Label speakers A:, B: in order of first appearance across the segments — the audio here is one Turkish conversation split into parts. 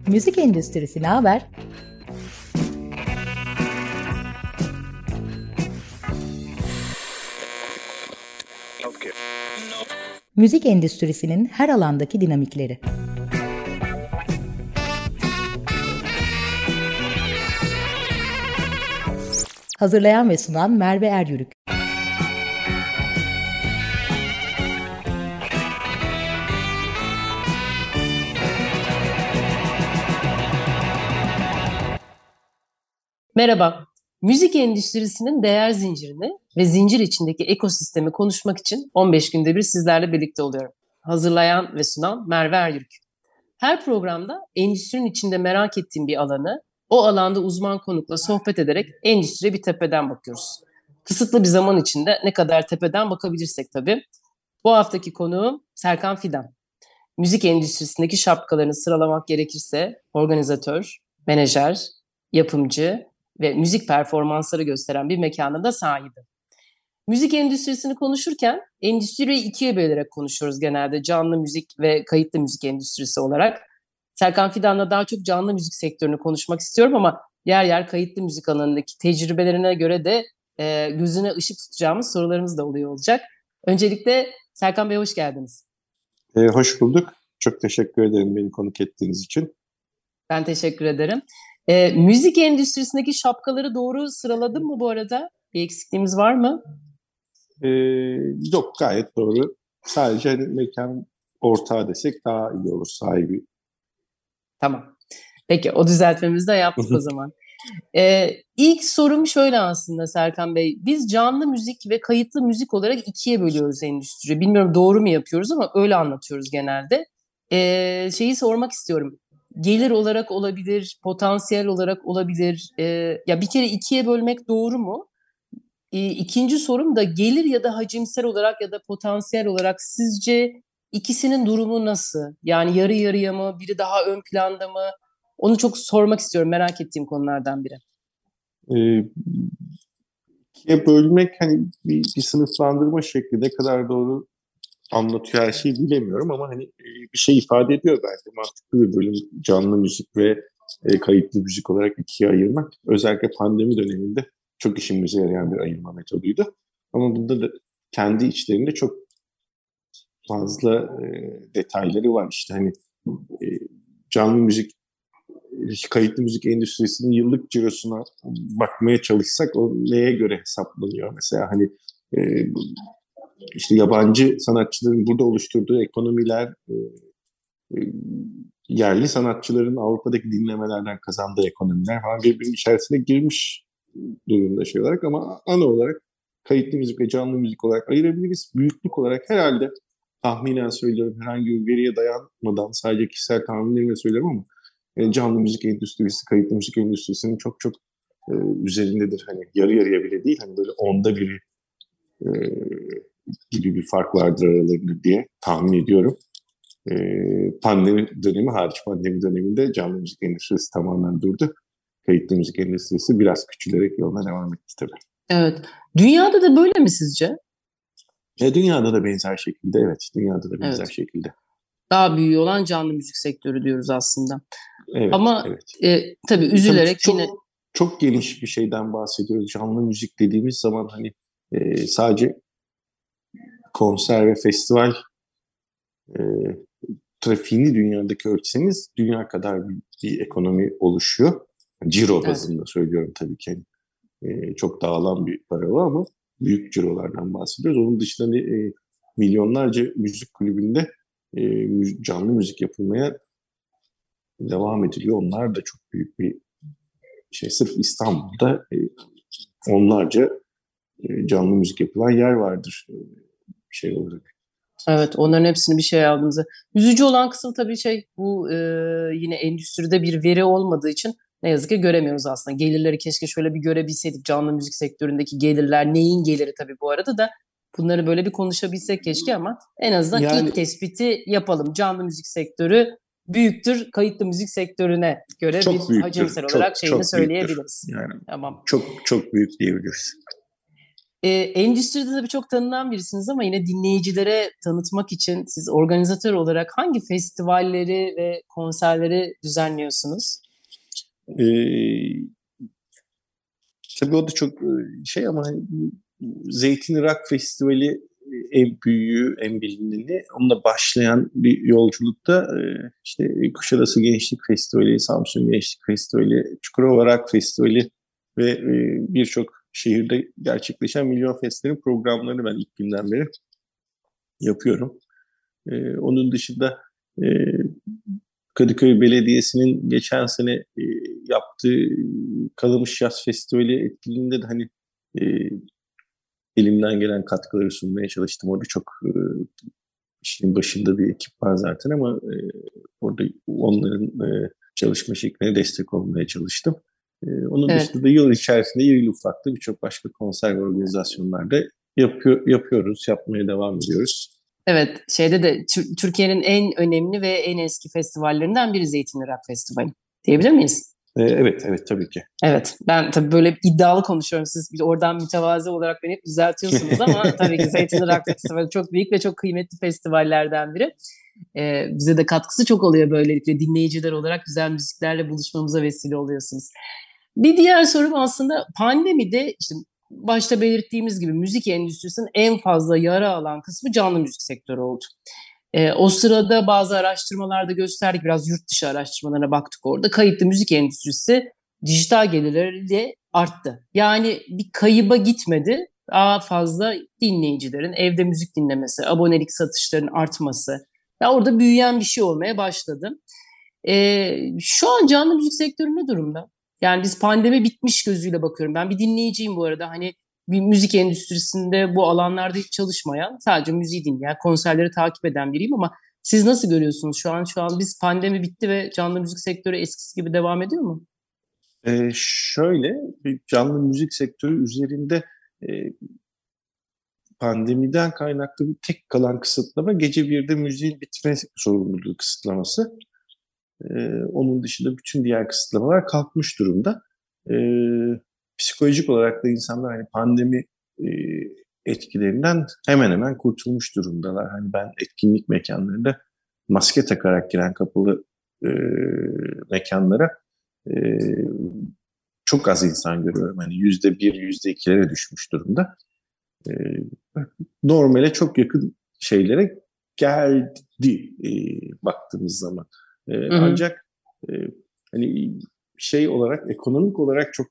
A: Müzik endüstrisi ne haber? Müzik endüstrisinin her alandaki dinamikleri. Hazırlayan ve sunan Merve Eryürük.
B: Merhaba, müzik endüstrisinin değer zincirini ve zincir içindeki ekosistemi konuşmak için 15 günde bir sizlerle birlikte oluyorum. Hazırlayan ve sunan Merve Eryürük. Her programda endüstrinin içinde merak ettiğim bir alanı, o alanda uzman konukla sohbet ederek endüstriye bir tepeden bakıyoruz. Kısıtlı bir zaman içinde ne kadar tepeden bakabilirsek tabii. Bu haftaki konuğum Serkan Fidan. Müzik endüstrisindeki şapkalarını sıralamak gerekirse organizatör, menajer, yapımcı ve müzik performansları gösteren bir mekanın da sahibi. Müzik endüstrisini konuşurken endüstriyi ikiye bölerek konuşuyoruz genelde, canlı müzik ve kayıtlı müzik endüstrisi olarak. Serkan Fidan'la daha çok canlı müzik sektörünü konuşmak istiyorum ama yer yer kayıtlı müzik alanındaki tecrübelerine göre de gözüne ışık tutacağımız sorularımız da oluyor olacak. Öncelikle Serkan Bey, hoş geldiniz.
C: Hoş bulduk. Çok teşekkür ederim beni konuk ettiğiniz için.
B: Ben teşekkür ederim. Müzik endüstrisindeki şapkaları doğru sıraladım mı bu arada? Bir eksikliğimiz var mı?
C: Yok, gayet doğru. Sadece mekan ortağı desek daha iyi olur, sahibi.
B: Tamam. Peki, o düzeltmemizi de yaptık o zaman. İlk sorum şöyle aslında Serkan Bey. Biz canlı müzik ve kayıtlı müzik olarak ikiye bölüyoruz endüstriyi. Bilmiyorum doğru mu yapıyoruz ama öyle anlatıyoruz genelde. Şeyi sormak istiyorum. Gelir olarak olabilir, potansiyel olarak olabilir. Ya bir kere ikiye bölmek doğru mu? İkinci sorum da gelir ya da hacimsel olarak ya da potansiyel olarak sizce ikisinin durumu nasıl? Yani yarı yarıya mı, biri daha ön planda mı? Onu çok sormak istiyorum, merak ettiğim konulardan biri.
C: İkiye bölmek hani bir sınıflandırma şekli, ne kadar doğru anlatıyor her şeyi bilemiyorum ama hani bir şey ifade ediyor bence. Mantıklı bir bölüm canlı müzik ve kayıtlı müzik olarak ikiye ayırmak. Özellikle pandemi döneminde çok işimize yarayan bir ayırma metoduydu. Ama bunda da kendi içlerinde çok fazla detayları var. İşte hani canlı müzik, kayıtlı müzik endüstrisinin yıllık cirosuna bakmaya çalışsak o neye göre hesaplanıyor? Mesela hani işte yabancı sanatçıların burada oluşturduğu ekonomiler, yerli sanatçıların Avrupa'daki dinlemelerden kazandığı ekonomiler falan birbirinin içerisine girmiş durumda şey olarak, ama ana olarak kayıtlı müzik ve canlı müzik olarak ayırabiliriz. Büyüklük olarak herhalde tahminen söylüyorum, herhangi bir veriye dayanmadan sadece kişisel tahminlerimle söylüyorum ama canlı müzik endüstrisi kayıtlı müzik endüstrisinin çok çok üzerindedir. Hani yarı yarıya bile değil, hani böyle 1/10 gibi bir fark vardır aralarında diye tahmin ediyorum. Pandemi dönemi hariç, pandemi döneminde canlı müzik endüstrisi tamamen durdu. Kayıtlı müzik endüstrisi biraz küçülerek yoluna devam etti tabii.
B: Evet. Dünyada da böyle mi sizce?
C: Dünyada da benzer şekilde, evet. Dünyada da benzer şekilde.
B: Daha büyüğü olan canlı müzik sektörü diyoruz aslında.
C: Evet,
B: ama
C: evet.
B: Tabii üzülerek
C: tabii
B: yine...
C: Çok geniş bir şeyden bahsediyoruz. Canlı müzik dediğimiz zaman hani sadece konser ve festival trafiğini dünyadaki ölçseniz dünya kadar bir ekonomi oluşuyor. Ciro bazında söylüyorum tabii ki. Çok dağılan bir para o ama büyük cirolardan bahsediyoruz. Onun dışında milyonlarca müzik kulübünde canlı müzik yapılmaya devam ediliyor. Onlar da çok büyük bir şey. Sırf İstanbul'da onlarca canlı müzik yapılan yer vardır şey olarak.
B: Evet, onların hepsini bir şey aldığımızda. Üzücü olan kısım tabii bu yine endüstride bir veri olmadığı için ne yazık ki göremiyoruz aslında. Gelirleri keşke şöyle bir görebilseydik. Canlı müzik sektöründeki gelirler, neyin geliri tabii bu arada da bunları böyle bir konuşabilsek keşke ama en azından ilk tespiti yapalım. Canlı müzik sektörü büyüktür, kayıtlı müzik sektörüne göre
C: çok
B: bir
C: büyüktür,
B: hacimsel olarak şeyini
C: çok
B: söyleyebiliriz.
C: Yani
B: Tamam.
C: çok büyük diyebiliriz.
B: Endüstride tabii çok tanınan birisiniz ama yine dinleyicilere tanıtmak için siz organizatör olarak hangi festivalleri ve konserleri düzenliyorsunuz?
C: Ee, tabii o da çok şey ama hani Zeytin Rock Festivali en büyüğü, en bilineni. Onunla başlayan bir yolculukta işte Kuşadası Gençlik Festivali, Samsun Gençlik Festivali, Çukurova Rock Festivali ve birçok şehirde gerçekleşen Milyon Fest'lerin programlarını ben ilk günden beri yapıyorum. Onun dışında e, Kadıköy Belediyesi'nin geçen sene yaptığı Kalamış Yaz Festivali etkinliğinde de hani e, elimden gelen katkıları sunmaya çalıştım. Orada çok işin başında bir ekip var zaten ama orada onların çalışma şekline destek olmaya çalıştım. Onun
B: Evet.
C: dışında da yıl içerisinde irili ufaklı birçok başka konser ve organizasyonlarda yapıyoruz, yapmaya devam ediyoruz.
B: Evet, şeyde de Türkiye'nin en önemli ve en eski festivallerinden biri Zeytinli Rock Festivali. Diyebilir miyiz?
C: Evet tabii ki.
B: Evet, ben tabii böyle iddialı konuşuyorum. Siz oradan mütevazi olarak beni hep düzeltiyorsunuz ama tabii ki Zeytinli Rock Festivali çok büyük ve çok kıymetli festivallerden biri. Bize de katkısı çok oluyor böylelikle. Dinleyiciler olarak güzel müziklerle buluşmamıza vesile oluyorsunuz. Bir diğer sorum aslında pandemide işte başta belirttiğimiz gibi müzik endüstrisinin en fazla yara alan kısmı canlı müzik sektörü oldu. O sırada bazı araştırmalarda gösterdik, biraz yurt dışı araştırmalarına baktık orada. Kayıtlı müzik endüstrisi dijital gelirleriyle arttı. Yani bir kayıba gitmedi. Daha fazla dinleyicilerin evde müzik dinlemesi, abonelik satışlarının artması. Ya orada büyüyen bir şey olmaya başladı. Şu an canlı müzik sektörü ne durumda? Yani biz pandemi bitmiş gözüyle bakıyorum. Ben bir dinleyiciyim bu arada. Hani bir müzik endüstrisinde bu alanlarda hiç çalışmayan, sadece müziği dinleyen, konserleri takip eden biriyim ama siz nasıl görüyorsunuz şu an? Şu an biz pandemi bitti ve canlı müzik sektörü eskisi gibi devam ediyor mu?
C: Şöyle bir canlı müzik sektörü üzerinde e, pandemiden kaynaklı bir tek kalan kısıtlama gece 1'de müziğin bitme sorumluluğu kısıtlaması. Onun dışında bütün diğer kısıtlamalar kalkmış durumda. Psikolojik olarak da insanlar hani pandemi e, etkilerinden hemen hemen kurtulmuş durumdalar. Hani ben etkinlik mekanlarında maske takarak giren kapalı mekanlara e, çok az insan görüyorum. Hani %1, %2'lere düşmüş durumda. E, Normale çok yakın şeylere geldi baktığımız zaman.
B: Hı hı.
C: Ancak e, hani şey olarak ekonomik olarak çok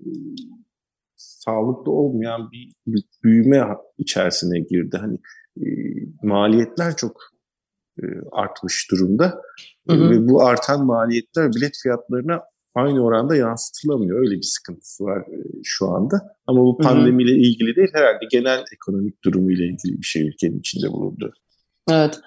C: sağlıklı olmayan bir büyüme içerisine girdi. Hani e, maliyetler çok artmış durumda.
B: Hı hı.
C: Ve bu artan maliyetler bilet fiyatlarına aynı oranda yansıtılamıyor. Öyle bir sıkıntısı var şu anda. Ama bu
B: Hı hı.
C: pandemiyle ilgili değil, herhalde genel ekonomik durumuyla ilgili bir şey ülkenin içinde bulundu.
B: Evet.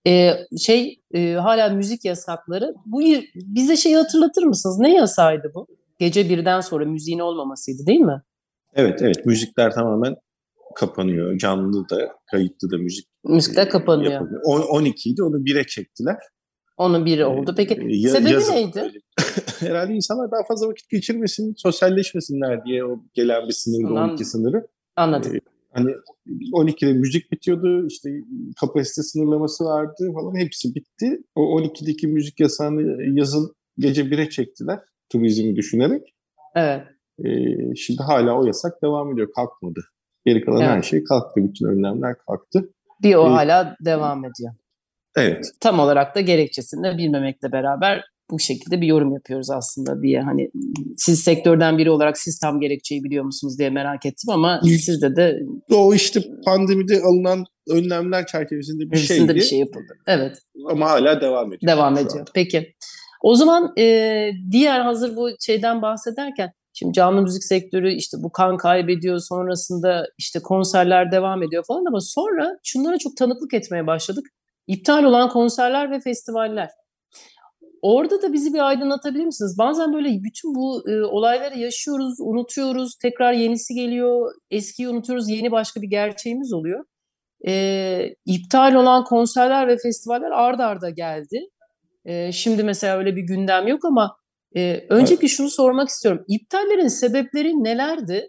B: Hala müzik yasakları. Bu bize şeyi hatırlatır mısınız? Ne yasaydı bu? Gece birden sonra müziğin olmamasıydı, değil mi?
C: Evet, müzikler tamamen kapanıyor. Canlı da, kayıtlı da müzik
B: Müzikler kapanıyor.
C: yapılıyor. 12 idi, onu 1'e çektiler.
B: Onun biri oldu. Peki sebebi
C: Yazın
B: neydi?
C: öyle. Herhalde insanlar daha fazla vakit geçirmesin, sosyalleşmesinler diye o gelen bir sınırdı, 12
B: Ondan
C: sınırı.
B: anladım.
C: Hani 12'de müzik bitiyordu, işte kapasite sınırlaması vardı falan, hepsi bitti. O 12'deki müzik yasağını yazın gece 1'e çektiler turizmi düşünerek.
B: Evet.
C: Şimdi hala o yasak devam ediyor, kalkmadı. Geri kalan her
B: Evet.
C: şey kalktı, bütün önlemler kalktı.
B: Bir o
C: Ee,
B: hala devam ediyor.
C: evet,
B: Tam olarak da gerekçesini de bilmemekle beraber bu şekilde bir yorum yapıyoruz aslında diye. Hani siz sektörden biri olarak siz tam gerekçeyi biliyor musunuz diye merak ettim ama sizde de
C: o işte pandemide alınan önlemler çerçevesinde bir
B: öncesinde bir
C: şeydi
B: şey yapıldı. Evet.
C: ama hala devam ediyor
B: Devam
C: şu
B: ediyor.
C: anda.
B: Peki. O zaman diğer hazır bu şeyden bahsederken şimdi canlı müzik sektörü işte bu kan kaybediyor, sonrasında işte konserler devam ediyor falan ama sonra şunlara çok tanıklık etmeye başladık. İptal olan konserler ve festivaller. Orada da bizi bir aydınlatabilir misiniz? Bazen böyle bütün bu olayları yaşıyoruz, unutuyoruz, tekrar yenisi geliyor, eskiyi unutuyoruz, yeni başka bir gerçeğimiz oluyor. İptal olan konserler ve festivaller ard arda geldi. Şimdi mesela öyle bir gündem yok ama öncelikle şunu sormak istiyorum. İptallerin sebepleri nelerdi?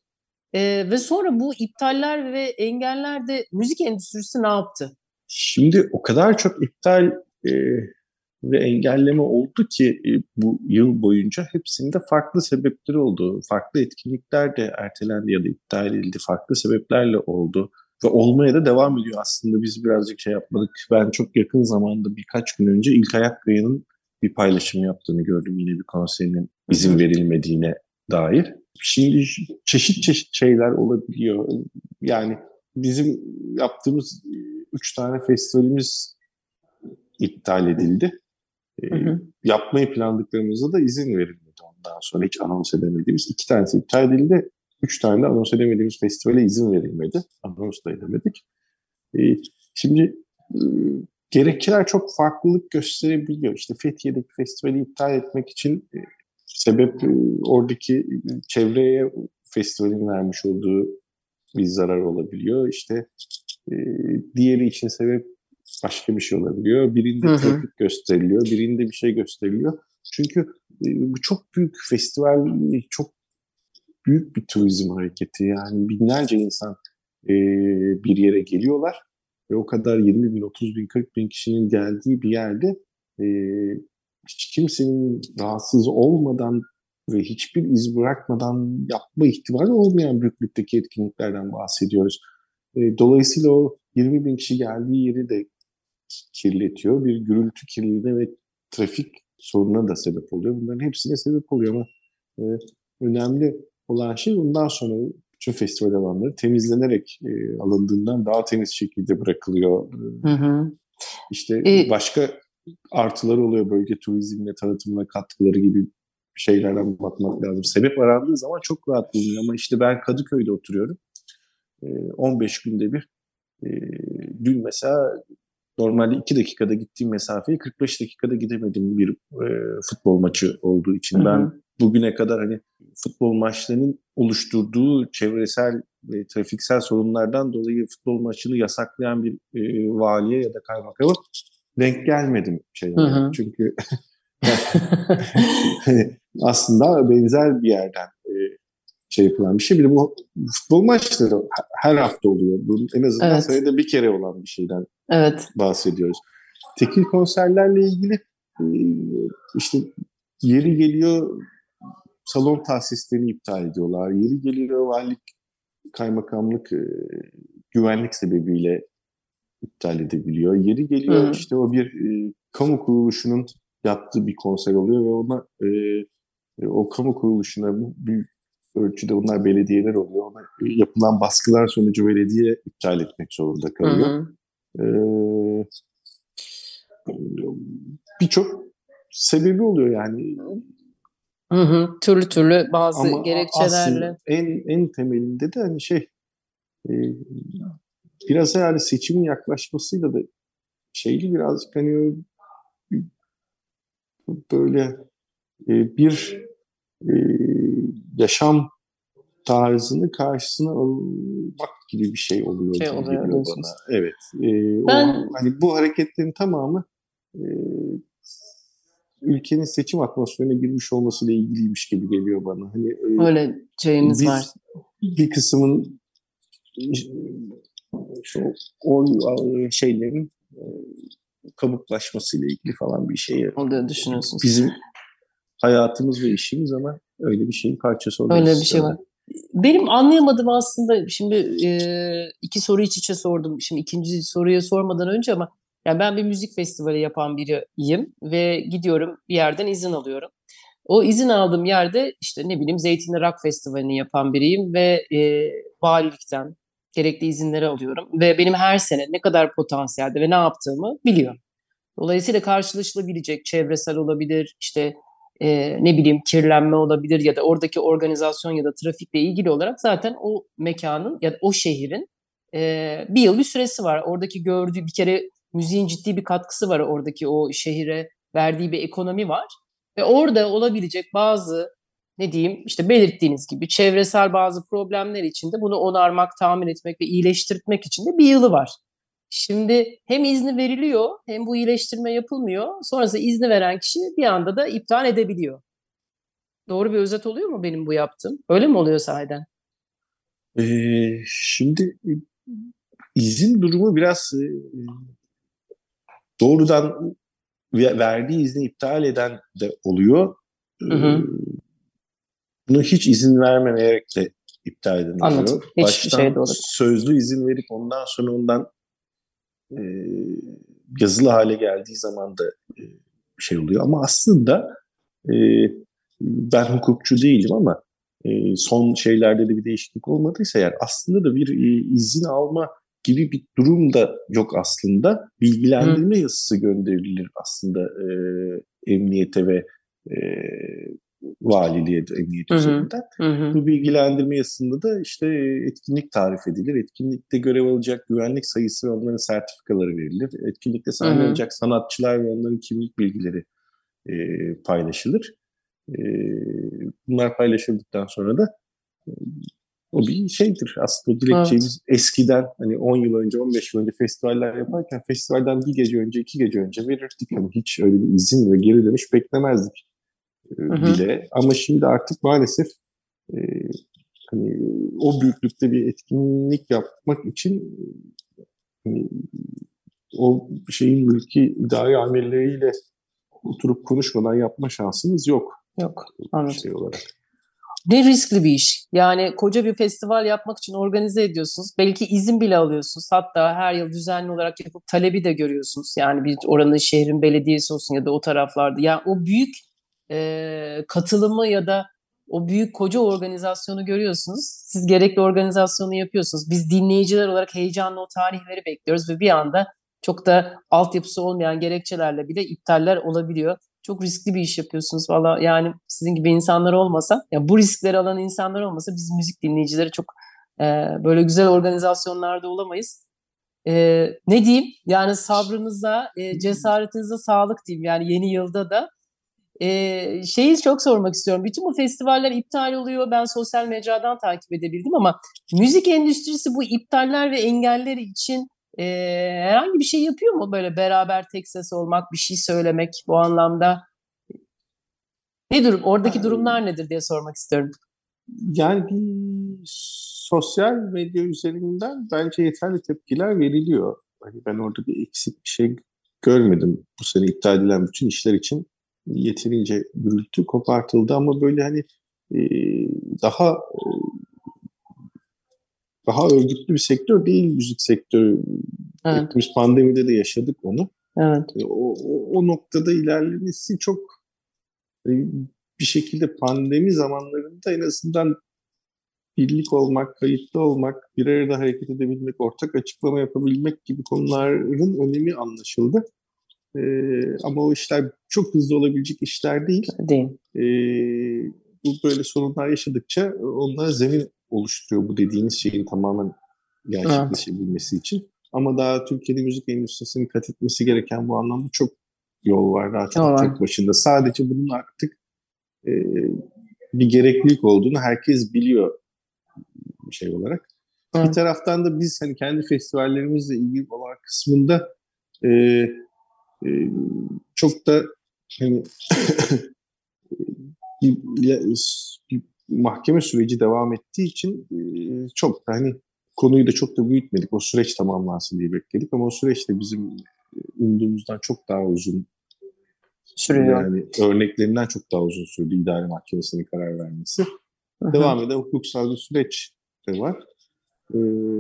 B: Ve sonra bu iptaller ve engellerde müzik endüstrisi ne yaptı?
C: Şimdi o kadar çok iptal e, ve engelleme oldu ki bu yıl boyunca hepsinde farklı sebepleri oldu. Farklı etkinlikler de ertelendi ya da iptal edildi. Farklı sebeplerle oldu ve olmaya da devam ediyor. Aslında biz birazcık şey yapmadık. Ben çok yakın zamanda birkaç gün önce İlkay Akkaya'nın bir paylaşım yaptığını gördüm. Yine bir konserinin izin verilmediğine dair. Şimdi çeşit çeşit şeyler olabiliyor. Yani bizim yaptığımız 3 tane festivalimiz iptal edildi. Yapmayı planladıklarımızda da izin verilmedi ondan sonra. Hiç anons edemediğimiz 2 tanesi iptal edildi. 3 tane de anons edemediğimiz festivale izin verilmedi. Anons da edemedik. Şimdi gerekçeler çok farklılık gösterebiliyor. İşte Fethiye'deki festivali iptal etmek için sebep oradaki çevreye festivalin vermiş olduğu bir zarar olabiliyor. İşte diğeri için sebep başka bir şey olabiliyor. Birinde trafik gösteriliyor, birinde bir şey gösteriliyor. Çünkü bu çok büyük festival, çok büyük bir turizm hareketi. Yani binlerce insan bir yere geliyorlar ve o kadar 20 bin, 30 bin, 40 bin kişinin geldiği bir yerde hiç kimsenin rahatsız olmadan ve hiçbir iz bırakmadan yapma ihtimali olmayan büyüklükteki etkinliklerden bahsediyoruz. Dolayısıyla o 20 bin kişi geldiği yeri de kirletiyor. Bir gürültü kirliliğine ve trafik sorununa da sebep oluyor. Bunların hepsine sebep oluyor ama önemli olan şey bundan sonra bütün festival alanları temizlenerek alındığından daha temiz şekilde bırakılıyor. İşte başka artıları oluyor, bölge turizmine, tanıtımına katkıları gibi şeylerden bakmak lazım. Sebep arandığı zaman çok rahat bulunuyor ama işte ben Kadıköy'de oturuyorum. 15 günde bir dün mesela normalde 2 dakikada gittiğim mesafeyi 45 dakikada gidemedim bir futbol maçı olduğu için. Ben bugüne kadar hani futbol maçlarının oluşturduğu çevresel ve trafiksel sorunlardan dolayı futbol maçını yasaklayan bir valiye ya da kaymakama denk gelmedim Çünkü aslında benzer bir yerden yapılan bir şey. Bir de bu futbol maçları her hafta oluyor. Bunun en azından senede bir kere olan bir şeyden bahsediyoruz. Tekil konserlerle ilgili işte yeri geliyor salon tahsislerini iptal ediyorlar. Yeri geliyor valilik, kaymakamlık güvenlik sebebiyle iptal edebiliyor. Yeri geliyor işte o bir kamu kuruluşunun yaptığı bir konser oluyor ve ona o kamu kuruluşuna büyük ölçüde bunlar belediyeler oluyor. Ona yapılan baskılar sonucu belediye iptal etmek zorunda kalıyor. Birçok sebebi oluyor yani.
B: Türlü türlü bazı
C: ama
B: gerekçelerle.
C: En temelinde de hani biraz yani seçimin yaklaşmasıyla da birazcık hani böyle bir yaşam tarzını karşısına almak gibi bir şey oluyor gibi geliyor bana. Evet. Hani bu hareketlerin tamamı ülkenin seçim atmosferine girmiş olmasıyla ilgiliymiş gibi geliyor bana. Hani
B: öyle şeyimiz var.
C: Bir kısmın o şeylerin kabuklaşmasıyla ilgili falan bir şey
B: oluyor düşünüyorsunuz.
C: Bizim hayatımız ve işimiz ama öyle bir şeyin parçası oluyor.
B: Öyle bir şey var. Benim anlayamadığım aslında şimdi 2 soru iç içe sordum. Şimdi ikinci soruyu sormadan önce ama yani ben bir müzik festivali yapan biriyim ve gidiyorum bir yerden izin alıyorum. O izin aldığım yerde işte ne bileyim Zeytinli Rock Festivali'ni yapan biriyim ve valilikten gerekli izinleri alıyorum. Ve benim her sene ne kadar potansiyelde ve ne yaptığımı biliyor. Dolayısıyla karşılaşılabilecek çevresel olabilir, işte ne bileyim kirlenme olabilir ya da oradaki organizasyon ya da trafikle ilgili olarak zaten o mekanın ya da o şehrin bir yıl bir süresi var. Oradaki gördüğü bir kere müziğin ciddi bir katkısı var oradaki o şehire verdiği bir ekonomi var. Ve orada olabilecek bazı ne diyeyim işte belirttiğiniz gibi çevresel bazı problemler için de bunu onarmak, tamir etmek ve iyileştirmek için de bir yılı var. Şimdi hem izni veriliyor hem bu iyileştirme yapılmıyor. Sonrasında izni veren kişi bir anda da iptal edebiliyor. Doğru bir özet oluyor mu benim bu yaptığım? Öyle mi oluyor sahiden?
C: Şimdi izin durumu biraz doğrudan verdiği izni iptal eden de oluyor.
B: Hı hı.
C: Bunu hiç izin vermemeyerek de iptal eden
B: Anladım.
C: oluyor.
B: Hiçbir şey
C: Baştan
B: de olabilir.
C: sözlü izin verip ondan sonra ondan e, yazılı hale geldiği zaman da e, şey oluyor. Ama aslında e, ben hukukçu değilim ama son şeylerde de bir değişiklik olmadıysa eğer aslında da bir izin alma gibi bir durum da yok aslında.
B: Hı
C: Bilgilendirme yazısı gönderilir aslında emniyete ve e, valiliğe de emniyet
B: hı. Hı
C: üzerinden.
B: hı.
C: Bu bilgilendirme yazısında da işte etkinlik tarif edilir. Etkinlikte görev alacak güvenlik sayısı ve onların sertifikaları verilir. Etkinlikte
B: Hı
C: sahne
B: hı.
C: alacak sanatçılar ve onların kimlik bilgileri paylaşılır. E, Bunlar paylaşıldıktan sonra da o bir şeydir. Aslında o
B: Evet.
C: dilekçemiz eskiden hani 10 yıl önce, 15 yıl önce festivaller yaparken festivalden bir gece önce, 2 gece önce verirdik. Hani hiç öyle bir izin ve geri dönüş beklemezdik
B: Hı hı.
C: bile. Ama şimdi artık maalesef e, hani o büyüklükte bir etkinlik yapmak için hani o şeyin mülki idari amirleriyle oturup konuşmadan yapma şansınız yok
B: Yok. Anladım.
C: şey olarak.
B: Ne riskli bir iş. Yani koca bir festival yapmak için organize ediyorsunuz. Belki izin bile alıyorsunuz. Hatta her yıl düzenli olarak yapıp talebi de görüyorsunuz. Yani bir oranın şehrin belediyesi olsun ya da o taraflarda. Yani o büyük katılımı ya da o büyük koca organizasyonu görüyorsunuz. Siz gerekli organizasyonu yapıyorsunuz. Biz dinleyiciler olarak heyecanla o tarihleri bekliyoruz ve bir anda çok da altyapısı olmayan gerekçelerle bile iptaller olabiliyor. Çok riskli bir iş yapıyorsunuz valla. Yani sizin gibi insanlar olmasa, ya bu riskleri alan insanlar olmasa biz müzik dinleyicileri çok böyle güzel organizasyonlarda olamayız. Ne diyeyim? Yani sabrınıza, cesaretinize sağlık diyeyim. Yani yeni yılda da. Şeyi çok sormak istiyorum. Bütün bu festivaller iptal oluyor. Ben sosyal mecradan takip edebildim ama müzik endüstrisi bu iptaller ve engeller için e, herhangi bir şey yapıyor mu? Böyle beraber tek ses olmak, bir şey söylemek bu anlamda. Ne durum? Oradaki durumlar nedir diye sormak istiyorum.
C: Yani bir sosyal medya üzerinden bence yeterli tepkiler veriliyor. Hani ben orada bir eksik bir şey görmedim. Bu sene iptal edilen bütün işler için yeterince gürültü kopartıldı ama böyle hani e, daha daha örgütlü bir sektör değil müzik sektörü.
B: Evet,
C: Hepimiz pandemide de yaşadık onu.
B: evet.
C: O noktada ilerlemesi çok e, bir şekilde pandemi zamanlarında en azından birlik olmak, kayıtlı olmak, bir arada hareket edebilmek, ortak açıklama yapabilmek gibi konuların önemi anlaşıldı. Ama o işler çok hızlı olabilecek işler değil.
B: Değil.
C: Bu böyle sorunlar yaşadıkça onlara zemin oluşturuyor bu dediğiniz şeyin tamamen
B: Evet.
C: gerçekleşebilmesi için. Ama daha Türkiye'de müzik endüstrisinin kat etmesi gereken bu anlamda çok yol var. Daha
B: O
C: çok
B: var.
C: çok başında. Sadece bunun artık e, bir gereklilik olduğunu herkes biliyor bir şey olarak. Bir
B: Evet.
C: taraftan da biz hani kendi festivallerimizle ilgili olan kısmında e, e, çok da hani bir, bir mahkeme süreci devam ettiği için çok da hani konuyu da çok da büyütmedik. O süreç tamamlansın diye bekledik ama o süreç de bizim umduğumuzdan çok daha uzun ve
B: Sürüyor.
C: yani örneklerinden çok daha uzun sürdü idare mahkemesinin karar vermesi.
B: Hı hı.
C: Devam eden hukuksal bir süreç de var. Ee,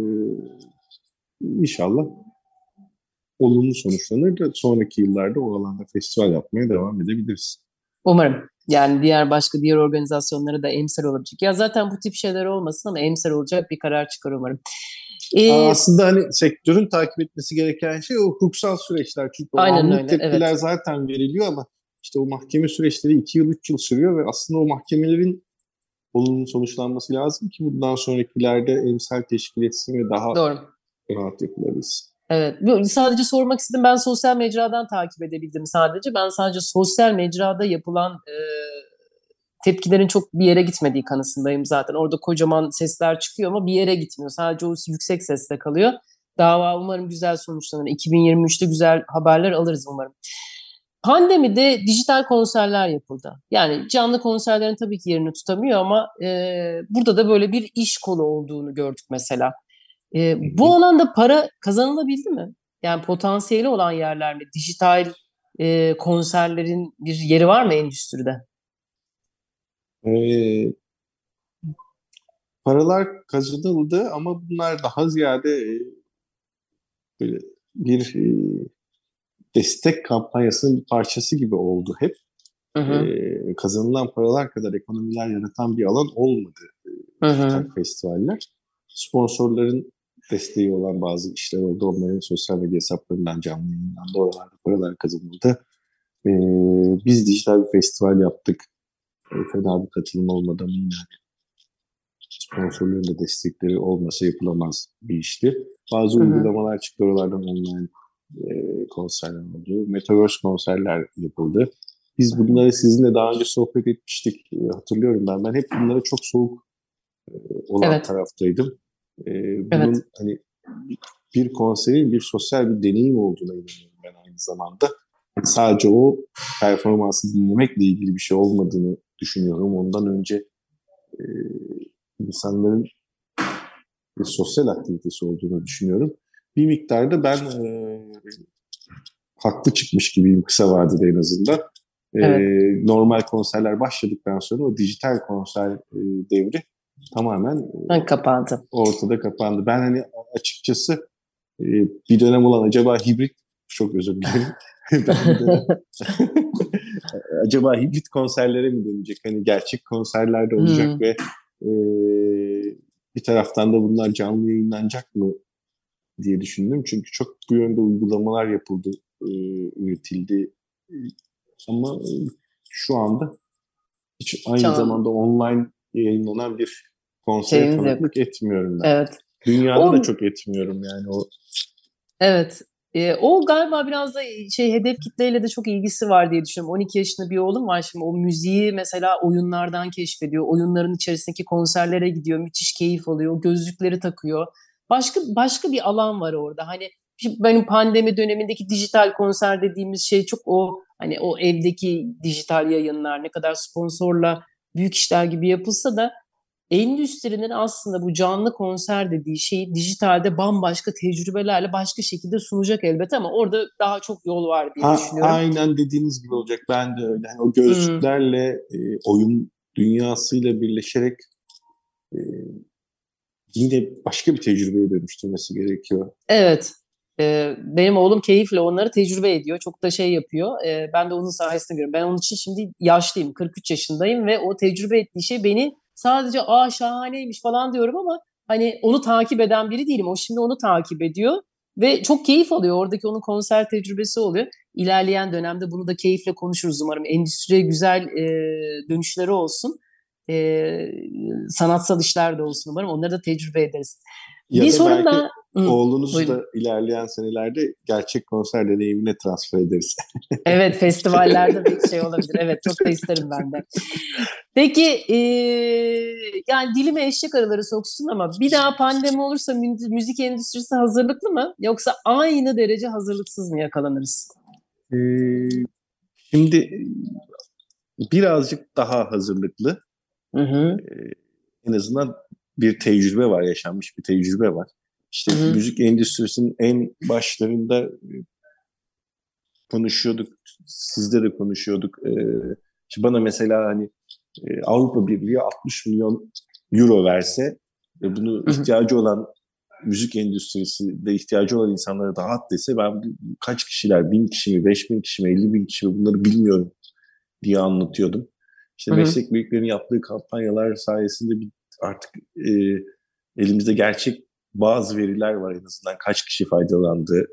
C: İnşallah olumlu sonuçlanır da sonraki yıllarda o alanda festival yapmaya devam edebiliriz.
B: Umarım. Yani diğer organizasyonlara da emsal olabilecek. Ya zaten bu tip şeyler olmasın ama emsal olacak bir karar çıkar umarım. Ee,
C: Aslında hani sektörün takip etmesi gereken şey o hukuksal süreçler. Çünkü o
B: aynen
C: anlık
B: öyle.
C: tepkiler
B: Evet.
C: zaten veriliyor ama işte o mahkeme süreçleri 2 yıl 3 yıl sürüyor ve aslında o mahkemelerin olumlu sonuçlanması lazım ki bundan sonrakilerde emsal teşkil etsin ve daha
B: Doğru.
C: rahat yapılabilsin.
B: Evet. Sadece sormak istedim. Ben sosyal mecradan takip edebildim sadece. Ben sadece sosyal mecrada yapılan tepkilerin çok bir yere gitmediği kanısındayım zaten. Orada kocaman sesler çıkıyor ama bir yere gitmiyor. Sadece o yüksek sesle kalıyor. Dava umarım güzel sonuçlanır. 2023'te güzel haberler alırız umarım. Pandemide dijital konserler yapıldı. Yani canlı konserlerin tabii ki yerini tutamıyor ama burada da böyle bir iş kolu olduğunu gördük mesela.
C: Hı
B: Bu
C: hı.
B: alanda para kazanılabildi mi? Yani potansiyeli olan yerler mi? Dijital konserlerin bir yeri var mı endüstride?
C: E, Paralar kazanıldı ama bunlar daha ziyade böyle bir destek kampanyasının bir parçası gibi oldu hep.
B: Hı hı,
C: Kazanılan paralar kadar ekonomiler yaratan bir alan olmadı
B: hı
C: dijital
B: hı,
C: festivaller. Sponsorların desteği olan bazı işler oldu. Onların sosyal medya hesaplarından, canlı yayından da oralarda paralar kazanıldı. Ee, Biz dijital bir festival yaptık. Fena bir katılım olmadan yine sponsorların da destekleri olmasa yapılamaz bir işti. Bazı
B: hı hı.
C: uygulamalar çıktı oralardan online konserler oldu. Metaverse konserler yapıldı. Biz bunları sizinle daha önce sohbet etmiştik. Hatırlıyorum ben. Ben hep bunlara çok soğuk olan
B: Evet,
C: taraftaydım.
B: evet.
C: Bunun hani bir konserin bir sosyal bir deneyim olduğuna inanıyorum ben aynı zamanda. Yani sadece o performansı dinlemekle ilgili bir şey olmadığını düşünüyorum. Ondan önce e, insanların bir sosyal aktivitesi olduğunu düşünüyorum. Bir miktarda ben haklı çıkmış gibiyim kısa vadede en azından. E,
B: Evet.
C: Normal konserler başladıktan sonra o dijital konser devri tamamen
B: Ha, kapandı.
C: ortada kapandı. Ben hani açıkçası e, bir dönem olan acaba hibrit, çok özür dilerim. Ben bir dönem acaba hibrit konserlere mi dönecek? Hani gerçek konserlerde olacak
B: Hmm.
C: ve e, bir taraftan da bunlar canlı yayınlanacak mı diye düşündüm. Çünkü çok bu yönde uygulamalar yapıldı, üretildi. E, Ama şu anda hiç aynı
B: Can
C: zamanda online yayınlanan bir konsere
B: şeyimiz yok.
C: tanıklık etmiyorum ben.
B: Evet.
C: Dünyada da
B: O
C: çok etmiyorum yani o.
B: Evet. O galiba biraz da hedef kitleyle de çok ilgisi var diye düşünüyorum. 12 yaşında bir oğlum var şimdi. O müziği mesela oyunlardan keşfediyor. Oyunların içerisindeki konserlere gidiyor. Müthiş keyif alıyor. O gözlükleri takıyor. Başka bir alan var orada. Hani şimdi benim pandemi dönemindeki dijital konser dediğimiz şey çok o hani o evdeki dijital yayınlar ne kadar sponsorla büyük işler gibi yapılsa da endüstrinin aslında bu canlı konser dediği şeyi dijitalde bambaşka tecrübelerle başka şekilde sunacak elbette ama orada daha çok yol var diye düşünüyorum.
C: Aynen dediğiniz gibi olacak. Ben de öyle. Yani o
B: Hmm,
C: gözlüklerle oyun dünyasıyla birleşerek e, yine başka bir tecrübeye dönüştürmesi gerekiyor.
B: evet. Benim oğlum keyifle onları tecrübe ediyor. Çok da şey yapıyor. Ben de onun sayesinde görüyorum. Ben onun için şimdi yaşlıyım. 43 yaşındayım ve o tecrübe ettiği şey beni sadece şahaneymiş falan diyorum ama hani onu takip eden biri değilim. O şimdi onu takip ediyor ve çok keyif alıyor. Oradaki onun konser tecrübesi oluyor. İlerleyen dönemde bunu da keyifle konuşuruz umarım. Endüstriye güzel dönüşleri olsun. E, Sanatsal işler de olsun umarım. Onları da tecrübe ederiz. Bir
C: Ya da
B: sorum
C: belki
B: daha. Hı,
C: oğlunuzu
B: buyurun.
C: da ilerleyen senelerde gerçek konser deneyimine transfer ederiz.
B: Evet, festivallerde bir şey olabilir. Evet, çok da isterim ben de. Peki, yani dilime eşek arıları soksun ama bir daha pandemi olursa müzik endüstrisi hazırlıklı mı? Yoksa aynı derece hazırlıksız mı yakalanırız?
C: Ee, Şimdi birazcık daha hazırlıklı.
B: Hı hı,
C: En azından bir tecrübe var, yaşanmış bir tecrübe var. İşte
B: hı hı,
C: müzik endüstrisinin en başlarında konuşuyorduk, sizde de konuşuyorduk. İşte bana mesela hani Avrupa Birliği 60 milyon euro verse ve bunu
B: hı hı,
C: ihtiyacı olan müzik endüstrisi de ihtiyacı olan insanlara dağıt dese ben kaç kişiler, 1.000 kişi mi, 5.000 kişi mi, 50.000 kişi mi bunları bilmiyorum diye anlatıyordum. İşte
B: hı hı.
C: meslek büyüklerinin yaptığı kampanyalar sayesinde artık elimizde gerçek bazı veriler var en azından. Kaç kişi faydalandı,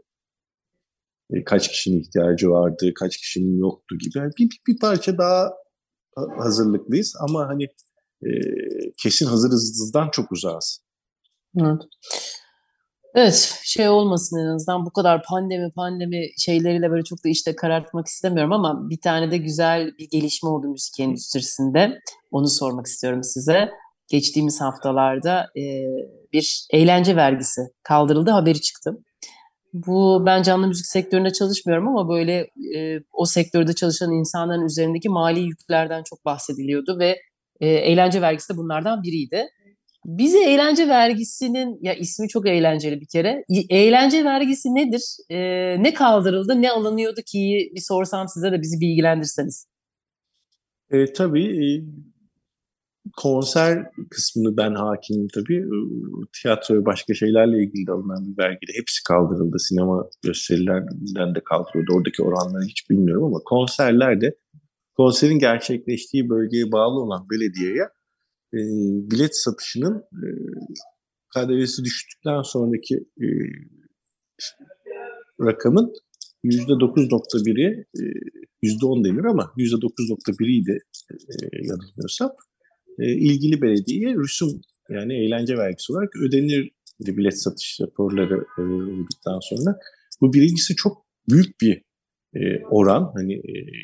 C: kaç kişinin ihtiyacı vardı, kaç kişinin yoktu gibi. Yani bir parça daha hazırlıklıyız ama hani e, kesin hazırızdan çok uzağız.
B: Evet. Evet, şey olmasın en azından bu kadar pandemi şeyleriyle böyle çok da işte karartmak istemiyorum ama bir tane de güzel bir gelişme oldu müzik endüstrisinde. Onu sormak istiyorum size. Geçtiğimiz haftalarda bir eğlence vergisi kaldırıldı, haberi çıktı. Ben canlı müzik sektöründe çalışmıyorum ama böyle o sektörde çalışan insanların üzerindeki mali yüklerden çok bahsediliyordu ve eğlence vergisi de bunlardan biriydi. Bize eğlence vergisinin, ya ismi çok eğlenceli bir kere. Eğlence vergisi nedir? Ne kaldırıldı, ne alınıyordu ki bir sorsam size de bizi bilgilendirseniz.
C: Tabii konser kısmını ben hakimim tabii. Tiyatro ve başka şeylerle ilgili de alınan bir vergi de hepsi kaldırıldı. Sinema gösterilerinden de kaldırıldı. Oradaki oranları hiç bilmiyorum ama konserlerde konserin gerçekleştiği bölgeye bağlı olan belediyeye bilet satışının KDV'si düştükten sonraki rakamın %9,1'i %10 denir ama %9,1'iydi yanılmıyorsam. İlgili belediyeye rüsum yani eğlence vergisi olarak ödenirdi bilet satış raporları olduktan sonra. Bu birincisi çok büyük bir oran hani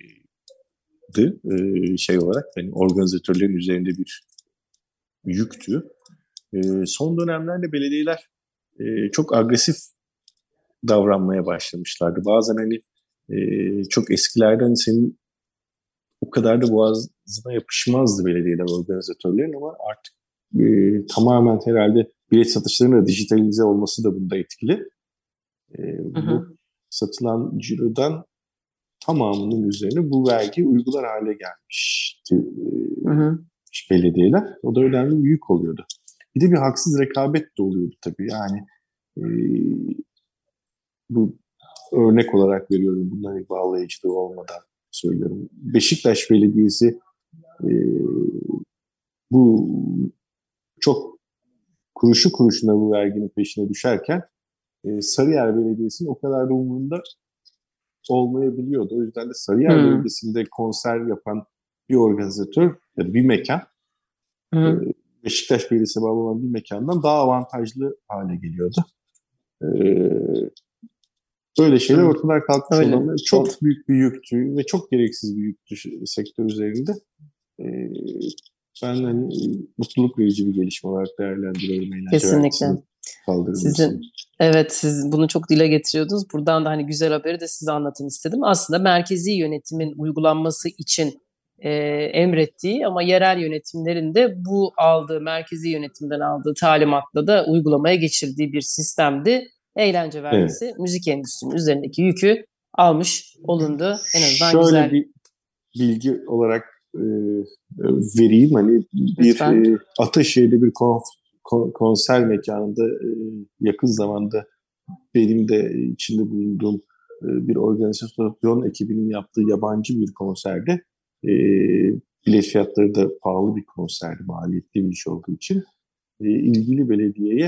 C: şey olarak hani organizatörlerin üzerinde bir yüktü. Son dönemlerde belediyeler çok agresif davranmaya başlamışlardı. Bazen hani çok eskilerden senin o kadar da boğazına yapışmazdı belediyeler organizatörlerin ama artık tamamen herhalde bilet satışlarının da dijitalize olması da bunda etkili. Bu satılan cirodan tamamının üzerine bu vergi uygular hale gelmişti belediyeler. O da önemli bir yük oluyordu. Bir de bir haksız rekabet de oluyordu tabii. Yani bu örnek olarak veriyorum. Bunların bir bağlayıcılığı olmadan söylüyorum. Beşiktaş Belediyesi bu çok kuruşu kuruşuna bu verginin peşine düşerken Sarıyer Belediyesi'nin o kadar da umurunda olmayabiliyordu. O yüzden de Sarıyer Belediyesi'nde konser yapan bir organizatör ya da bir mekan Beşiktaş Belediyesi'ne bağlı olan bir mekandan daha avantajlı hale geliyordu. Böyle şeyler ortadan kalkmış olanlar çok büyük bir yüktü ve çok gereksiz bir yüktü sektör üzerinde. Ben hani mutluluk verici bir gelişme olarak değerlendiriyorum.
B: Kesinlikle. Siz bunu çok dile getiriyordunuz. Buradan da hani güzel haberi de size anlatın istedim. Aslında merkezi yönetimin uygulanması için emrettiği ama yerel yönetimlerin de bu merkezi yönetimden aldığı talimatla da uygulamaya geçirdiği bir sistemdi. Eğlence vergisi müzik endüstrisinin üzerindeki yükü almış olundu. En azından
C: şöyle
B: güzel.
C: Bir bilgi olarak vereyim. Hani bir Ataşehir'de bir konser mekanında yakın zamanda benim de içinde bulunduğum bir organizasyon ekibinin yaptığı yabancı bir konserde bilet fiyatları da pahalı bir konserdi, maliyetli bir iş olduğu için ilgili belediyeye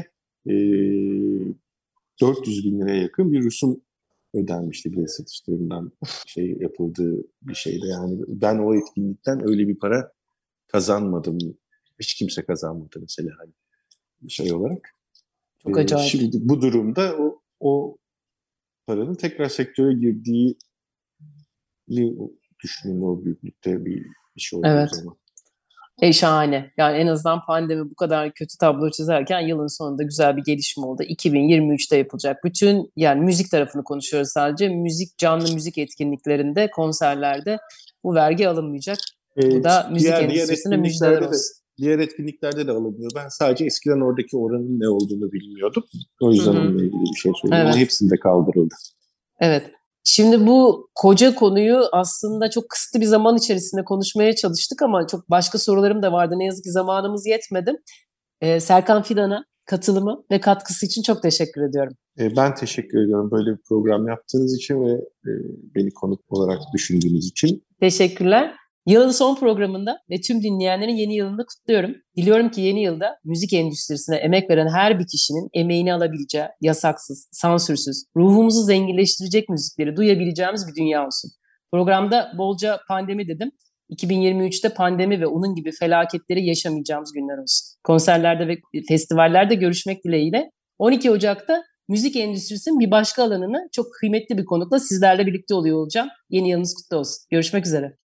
C: 400 bin liraya yakın bir rüsum ödenmişti bilet satışlarından yapıldığı bir şeyde. Yani ben o etkinlikten öyle bir para kazanmadım. Hiç kimse kazanmadı mesela hani şey olarak.
B: Çok acayip.
C: Şimdi bu durumda o paranın tekrar sektöre girdiğini düşünün o büyüklükte bir şey olduğu zaman.
B: Şahane. Yani en azından pandemi bu kadar kötü tablo çizerken yılın sonunda güzel bir gelişme oldu. 2023'te yapılacak. Bütün yani müzik tarafını konuşuyoruz sadece. Canlı müzik etkinliklerinde, konserlerde bu vergi alınmayacak. Bu da müzik endüstrisine müjdeler olsun.
C: Diğer etkinliklerde de alınmıyor. Ben sadece eskiden oradaki oranın ne olduğunu bilmiyordum. O yüzden onunla ilgili bir şey söyleyeyim. Ama hepsinde kaldırıldı.
B: Evet. Şimdi bu koca konuyu aslında çok kısıtlı bir zaman içerisinde konuşmaya çalıştık ama çok başka sorularım da vardı. Ne yazık ki zamanımız yetmedi. Serkan Fidan'a katılımı ve katkısı için çok teşekkür ediyorum.
C: Ben teşekkür ediyorum böyle bir program yaptığınız için ve beni konuk olarak düşündüğünüz için.
B: Teşekkürler. Yılın son programında ve tüm dinleyenlerin yeni yılını kutluyorum. Diliyorum ki yeni yılda müzik endüstrisine emek veren her bir kişinin emeğini alabileceği, yasaksız, sansürsüz, ruhumuzu zenginleştirecek müzikleri duyabileceğimiz bir dünya olsun. Programda bolca pandemi dedim. 2023'te pandemi ve onun gibi felaketleri yaşamayacağımız günler olsun. Konserlerde ve festivallerde görüşmek dileğiyle 12 Ocak'ta müzik endüstrisinin bir başka alanını çok kıymetli bir konukla sizlerle birlikte oluyor olacağım. Yeni yılınız kutlu olsun. Görüşmek üzere.